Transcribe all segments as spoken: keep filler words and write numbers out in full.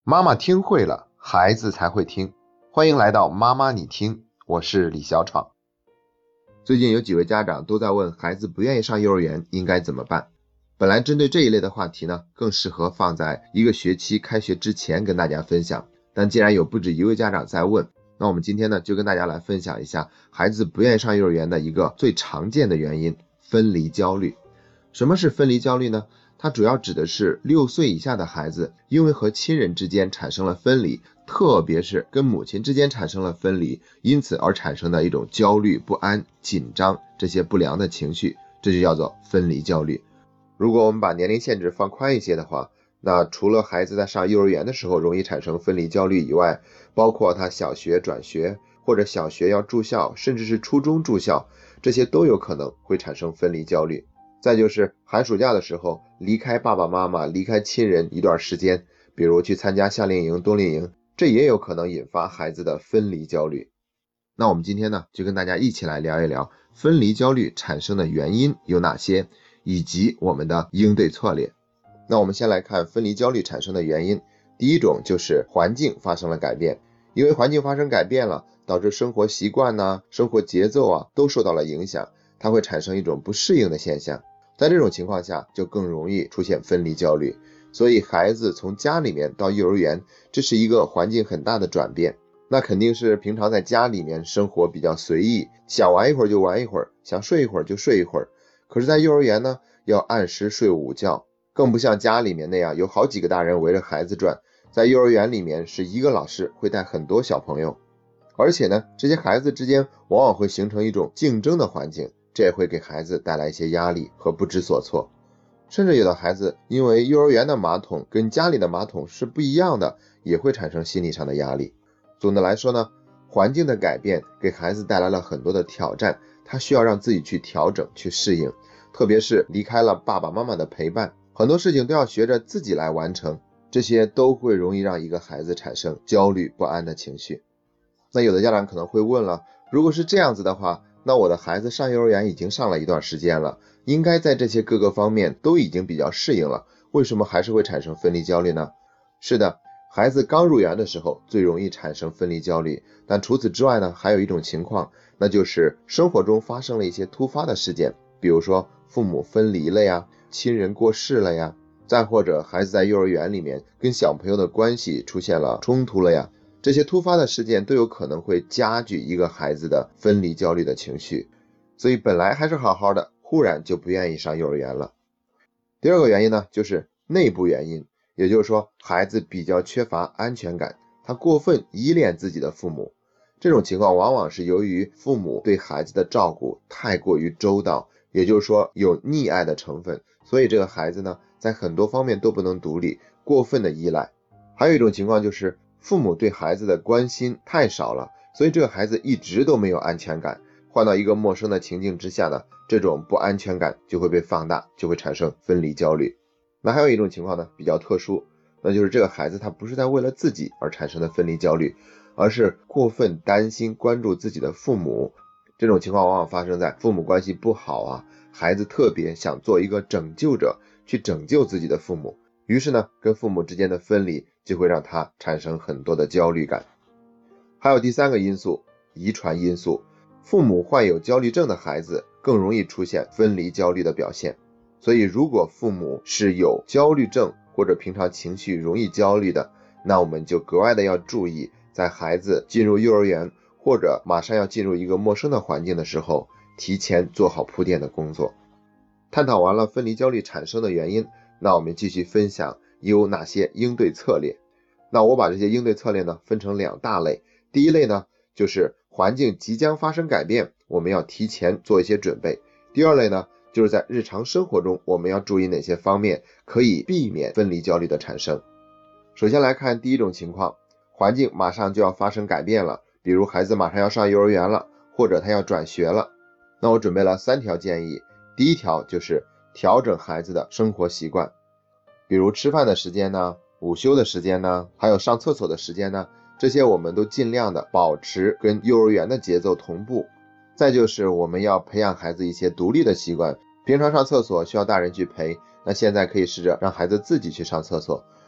妈妈听会了，孩子才会听。欢迎来到妈妈你听，我是李小闯。最近有几位家长都在问孩子不愿意上幼儿园应该怎么办。本来针对这一类的话题呢，更适合放在一个学期开学之前跟大家分享。但既然有不止一位家长在问，那我们今天呢就跟大家来分享一下孩子不愿意上幼儿园的一个最常见的原因——分离焦虑。什么是分离焦虑呢？它主要指的是六岁以下的孩子因为和亲人之间产生了分离，特别是跟母亲之间产生了分离，因此而产生的一种焦虑、不安、紧张这些不良的情绪，这就叫做分离焦虑。如果我们把年龄限制放宽一些的话，那除了孩子在上幼儿园的时候容易产生分离焦虑以外，包括他小学转学或者小学要住校，甚至是初中住校，这些都有可能会产生分离焦虑。再就是寒暑假的时候离开爸爸妈妈，离开亲人一段时间，比如去参加夏令营、冬令营，这也有可能引发孩子的分离焦虑。那我们今天呢，就跟大家一起来聊一聊分离焦虑产生的原因有哪些，以及我们的应对策略。那我们先来看分离焦虑产生的原因。第一种就是环境发生了改变，因为环境发生改变了，导致生活习惯啊、生活节奏啊都受到了影响，它会产生一种不适应的现象。在这种情况下就更容易出现分离焦虑，所以孩子从家里面到幼儿园，这是一个环境很大的转变。那肯定是平常在家里面生活比较随意，想玩一会儿就玩一会儿，想睡一会儿就睡一会儿。可是在幼儿园呢，要按时睡午觉，更不像家里面那样有好几个大人围着孩子转。在幼儿园里面是一个老师会带很多小朋友，而且呢，这些孩子之间往往会形成一种竞争的环境，这也会给孩子带来一些压力和不知所措。甚至有的孩子因为幼儿园的马桶跟家里的马桶是不一样的，也会产生心理上的压力。总的来说呢，环境的改变给孩子带来了很多的挑战，他需要让自己去调整、去适应，特别是离开了爸爸妈妈的陪伴，很多事情都要学着自己来完成，这些都会容易让一个孩子产生焦虑不安的情绪。那有的家长可能会问了，如果是这样子的话，那我的孩子上幼儿园已经上了一段时间了，应该在这些各个方面都已经比较适应了，为什么还是会产生分离焦虑呢？是的，孩子刚入园的时候最容易产生分离焦虑，但除此之外呢，还有一种情况，那就是生活中发生了一些突发的事件，比如说父母分离了呀，亲人过世了呀，再或者孩子在幼儿园里面跟小朋友的关系出现了冲突了呀，这些突发的事件都有可能会加剧一个孩子的分离焦虑的情绪，所以本来还是好好的，忽然就不愿意上幼儿园了。第二个原因呢，就是内部原因，也就是说孩子比较缺乏安全感，他过分依恋自己的父母。这种情况往往是由于父母对孩子的照顾太过于周到，也就是说有溺爱的成分，所以这个孩子呢，在很多方面都不能独立，过分的依赖。还有一种情况就是父母对孩子的关心太少了，所以这个孩子一直都没有安全感，换到一个陌生的情境之下呢，这种不安全感就会被放大，就会产生分离焦虑。那还有一种情况呢，比较特殊，那就是这个孩子他不是在为了自己而产生的分离焦虑，而是过分担心关注自己的父母。这种情况往往发生在父母关系不好啊，孩子特别想做一个拯救者，去拯救自己的父母，于是呢，跟父母之间的分离就会让他产生很多的焦虑感。还有第三个因素，遗传因素。父母患有焦虑症的孩子更容易出现分离焦虑的表现，所以如果父母是有焦虑症或者平常情绪容易焦虑的，那我们就格外的要注意，在孩子进入幼儿园或者马上要进入一个陌生的环境的时候，提前做好铺垫的工作。探讨完了分离焦虑产生的原因，那我们继续分享有哪些应对策略。那我把这些应对策略呢分成两大类。第一类呢，就是环境即将发生改变，我们要提前做一些准备。第二类呢，就是在日常生活中我们要注意哪些方面可以避免分离焦虑的产生。首先来看第一种情况，环境马上就要发生改变了，比如孩子马上要上幼儿园了，或者他要转学了。那我准备了三条建议。第一条就是调整孩子的生活习惯，比如吃饭的时间呢，午休的时间呢，还有上厕所的时间呢，这些我们都尽量的保持跟幼儿园的节奏同步。再就是我们要培养孩子一些独立的习惯，平常上厕所需要大人去陪，那现在可以试着让孩子自己去上厕所，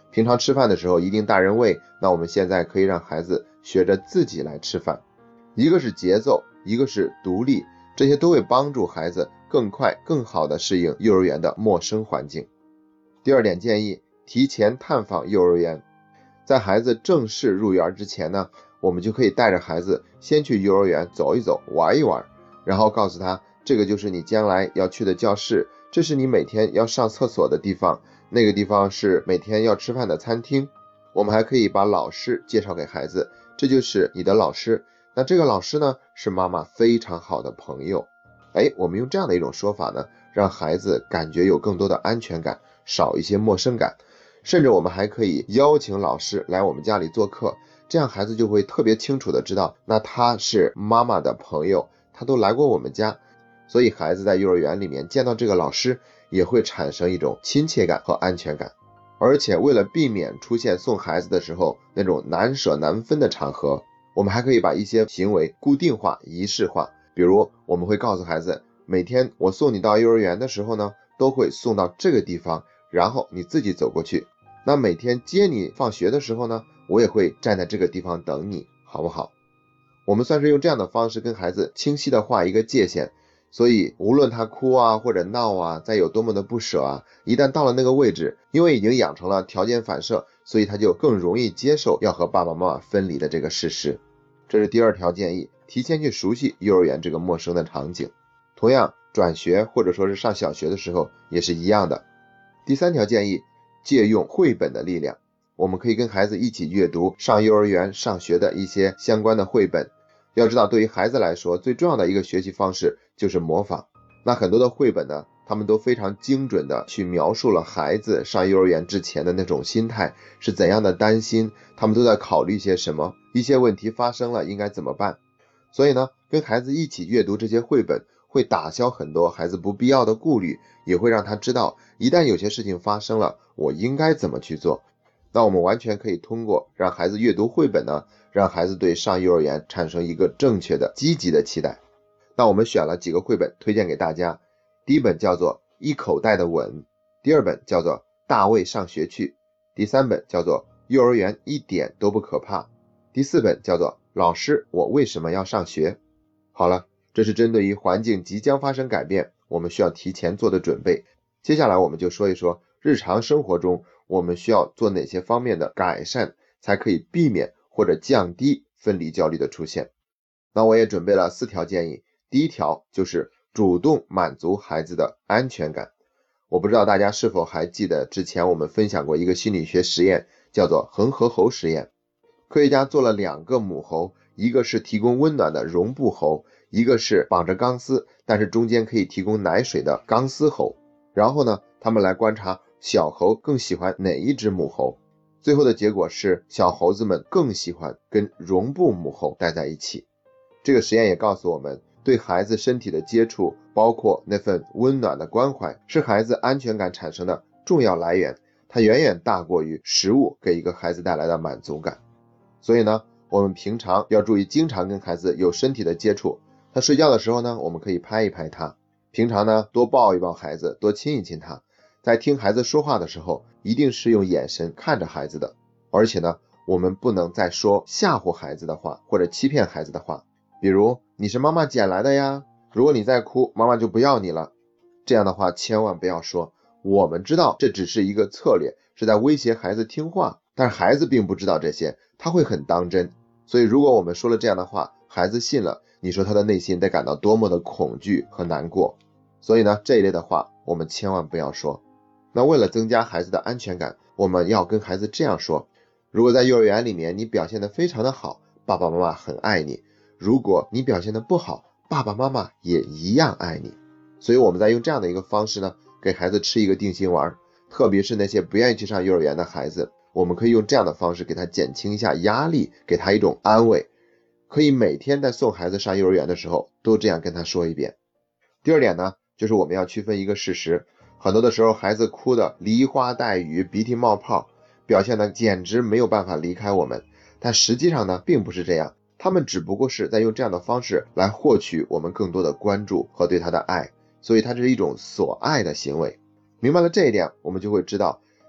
平常吃饭的时候一定大人喂，那我们现在可以让孩子学着自己来吃饭。一个是节奏，一个是独立，这些都会帮助孩子更快更好地适应幼儿园的陌生环境。第二点建议，提前探访幼儿园。在孩子正式入园之前呢，我们就可以带着孩子先去幼儿园走一走，玩一玩，然后告诉他，这个就是你将来要去的教室，这是你每天要上厕所的地方，那个地方是每天要吃饭的餐厅。我们还可以把老师介绍给孩子，这就是你的老师，那这个老师呢，是妈妈非常好的朋友。哎，我们用这样的一种说法呢，让孩子感觉有更多的安全感，少一些陌生感。甚至我们还可以邀请老师来我们家里做客，这样孩子就会特别清楚的知道，那他是妈妈的朋友，他都来过我们家，所以孩子在幼儿园里面见到这个老师也会产生一种亲切感和安全感。而且为了避免出现送孩子的时候那种难舍难分的场合，我们还可以把一些行为固定化、仪式化。比如我们会告诉孩子，每天我送你到幼儿园的时候呢，都会送到这个地方，然后你自己走过去。那每天接你放学的时候呢，我也会站在这个地方等你，好不好？我们算是用这样的方式跟孩子清晰的画一个界限，所以无论他哭啊或者闹啊，再有多么的不舍啊，一旦到了那个位置，因为已经养成了条件反射，所以他就更容易接受要和爸爸妈妈分离的这个事实。这是第二条建议，提前去熟悉幼儿园这个陌生的场景。同样，转学或者说是上小学的时候也是一样的。第三条建议，借用绘本的力量。我们可以跟孩子一起阅读上幼儿园上学的一些相关的绘本。要知道，对于孩子来说，最重要的一个学习方式就是模仿。那很多的绘本呢，他们都非常精准的去描述了孩子上幼儿园之前的那种心态，是怎样的担心，他们都在考虑些什么，一些问题发生了应该怎么办。所以呢，跟孩子一起阅读这些绘本，会打消很多孩子不必要的顾虑，也会让他知道，一旦有些事情发生了，我应该怎么去做。那我们完全可以通过让孩子阅读绘本呢，让孩子对上幼儿园产生一个正确的积极的期待。那我们选了几个绘本推荐给大家。第一本叫做一口袋的吻，第二本叫做大卫上学去，第三本叫做幼儿园一点都不可怕，第四本叫做老师我为什么要上学。好了，这是针对于环境即将发生改变，我们需要提前做的准备。接下来我们就说一说日常生活中我们需要做哪些方面的改善，才可以避免或者降低分离焦虑的出现。那我也准备了四条建议。第一条就是主动满足孩子的安全感。我不知道大家是否还记得之前我们分享过一个心理学实验，叫做恒河猴实验。科学家做了两个母猴，一个是提供温暖的绒布猴，一个是绑着钢丝但是中间可以提供奶水的钢丝猴。然后呢，他们来观察小猴更喜欢哪一只母猴。最后的结果是小猴子们更喜欢跟绒布母猴待在一起。这个实验也告诉我们，对孩子身体的接触，包括那份温暖的关怀，是孩子安全感产生的重要来源，它远远大过于食物给一个孩子带来的满足感。所以呢，我们平常要注意经常跟孩子有身体的接触。他睡觉的时候呢，我们可以拍一拍他，平常呢多抱一抱孩子，多亲一亲他。在听孩子说话的时候，一定是用眼神看着孩子的。而且呢，我们不能再说吓唬孩子的话，或者欺骗孩子的话，比如你是妈妈捡来的呀，如果你再哭，妈妈就不要你了。这样的话千万不要说。我们知道这只是一个策略，是在威胁孩子听话，但是孩子并不知道这些，他会很当真。所以如果我们说了这样的话，孩子信了，你说他的内心得感到多么的恐惧和难过。所以呢，这一类的话我们千万不要说。那为了增加孩子的安全感，我们要跟孩子这样说，如果在幼儿园里面你表现得非常的好，爸爸妈妈很爱你，如果你表现得不好，爸爸妈妈也一样爱你。所以我们在用这样的一个方式呢，给孩子吃一个定心丸。特别是那些不愿意去上幼儿园的孩子，我们可以用这样的方式给他减轻一下压力，给他一种安慰。可以每天在送孩子上幼儿园的时候都这样跟他说一遍。第二点呢，就是我们要区分一个事实，很多的时候孩子哭的梨花带雨，鼻涕冒泡，表现的简直没有办法离开我们，但实际上呢并不是这样，他们只不过是在用这样的方式来获取我们更多的关注和对他的爱，所以它是一种索爱的行为。明白了这一点，我们就会知道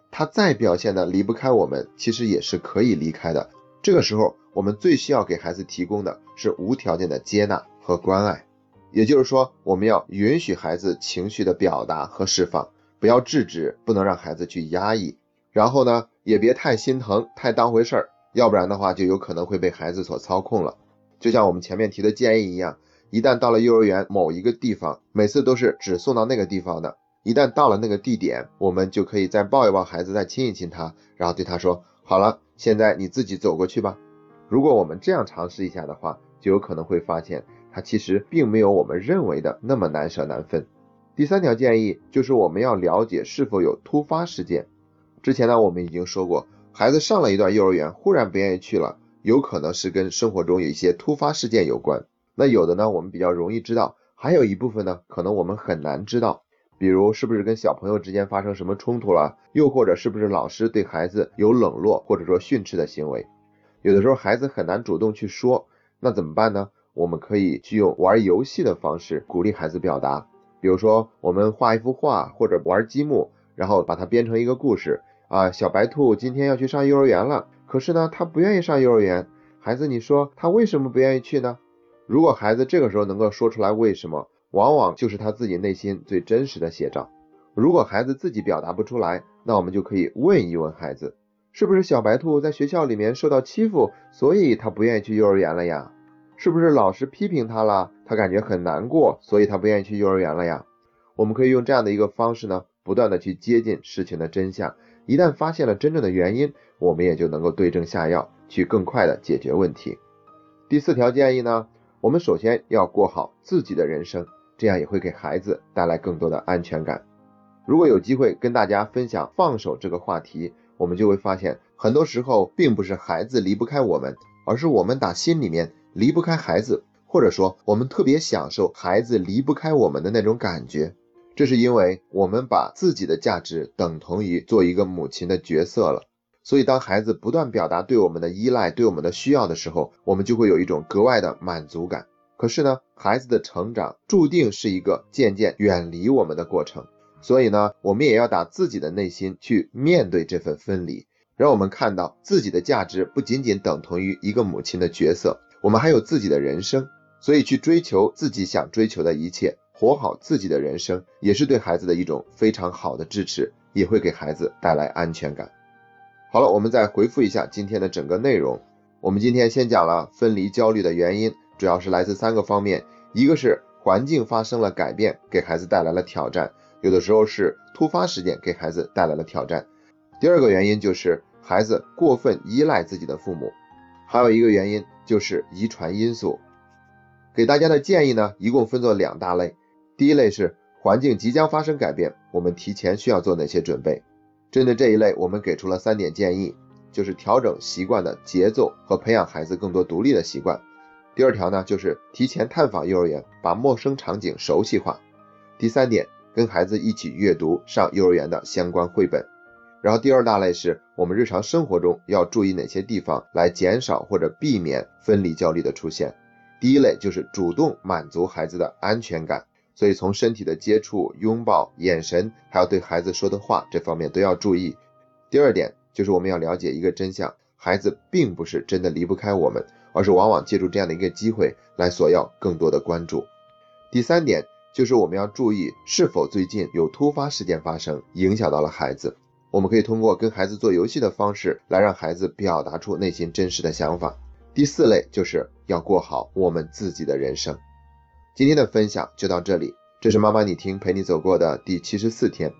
他再表现的离不开我们，其实也是可以离开的。这个时候我们最需要给孩子提供的是无条件的接纳和关爱。也就是说，我们要允许孩子情绪的表达和释放，不要制止，不能让孩子去压抑。然后呢，也别太心疼，太当回事儿，要不然的话就有可能会被孩子所操控了。就像我们前面提的建议一样，一旦到了幼儿园某一个地方，每次都是只送到那个地方的，一旦到了那个地点，我们就可以再抱一抱孩子，再亲一亲他，然后对他说，好了，现在你自己走过去吧。如果我们这样尝试一下的话，就有可能会发现它其实并没有我们认为的那么难舍难分。第三条建议就是我们要了解是否有突发事件。之前呢，我们已经说过，孩子上了一段幼儿园忽然不愿意去了，有可能是跟生活中有一些突发事件有关。那有的呢我们比较容易知道，还有一部分呢可能我们很难知道，比如是不是跟小朋友之间发生什么冲突了，又或者是不是老师对孩子有冷落或者说训斥的行为。有的时候孩子很难主动去说，那怎么办呢？我们可以去用玩游戏的方式鼓励孩子表达，比如说我们画一幅画，或者玩积木，然后把它编成一个故事啊，小白兔今天要去上幼儿园了，可是呢他不愿意上幼儿园，孩子你说他为什么不愿意去呢？如果孩子这个时候能够说出来为什么，往往就是他自己内心最真实的写照。如果孩子自己表达不出来，那我们就可以问一问孩子，是不是小白兔在学校里面受到欺负，所以他不愿意去幼儿园了呀？是不是老师批评他了，他感觉很难过，所以他不愿意去幼儿园了呀？我们可以用这样的一个方式呢，不断的去接近事情的真相。一旦发现了真正的原因，我们也就能够对症下药，去更快的解决问题。第四条建议呢，我们首先要过好自己的人生，这样也会给孩子带来更多的安全感。如果有机会跟大家分享放手这个话题，我们就会发现，很多时候并不是孩子离不开我们，而是我们打心里面离不开孩子，或者说我们特别享受孩子离不开我们的那种感觉。这是因为我们把自己的价值等同于做一个母亲的角色了。所以当孩子不断表达对我们的依赖，对我们的需要的时候，我们就会有一种格外的满足感。可是呢，孩子的成长注定是一个渐渐远离我们的过程，所以呢，我们也要打自己的内心去面对这份分离，让我们看到自己的价值不仅仅等同于一个母亲的角色，我们还有自己的人生，所以去追求自己想追求的一切，活好自己的人生，也是对孩子的一种非常好的支持，也会给孩子带来安全感。好了，我们再回复一下今天的整个内容。我们今天先讲了分离焦虑的原因，主要是来自三个方面，一个是环境发生了改变，给孩子带来了挑战，有的时候是突发事件给孩子带来了挑战。第二个原因就是孩子过分依赖自己的父母，还有一个原因就是遗传因素。给大家的建议呢，一共分作两大类。第一类是环境即将发生改变，我们提前需要做哪些准备。针对这一类，我们给出了三点建议，就是调整习惯的节奏和培养孩子更多独立的习惯。第二条呢，就是提前探访幼儿园，把陌生场景熟悉化。第三点，跟孩子一起阅读上幼儿园的相关绘本。然后第二大类是我们日常生活中要注意哪些地方来减少或者避免分离焦虑的出现。第一类就是主动满足孩子的安全感，所以从身体的接触、拥抱、眼神，还有对孩子说的话，这方面都要注意。第二点就是我们要了解一个真相，孩子并不是真的离不开我们，而是往往借助这样的一个机会来索要更多的关注。第三点就是我们要注意是否最近有突发事件发生，影响到了孩子。我们可以通过跟孩子做游戏的方式来让孩子表达出内心真实的想法。第四类就是要过好我们自己的人生。今天的分享就到这里，这是妈妈你听陪你走过的第七十四天，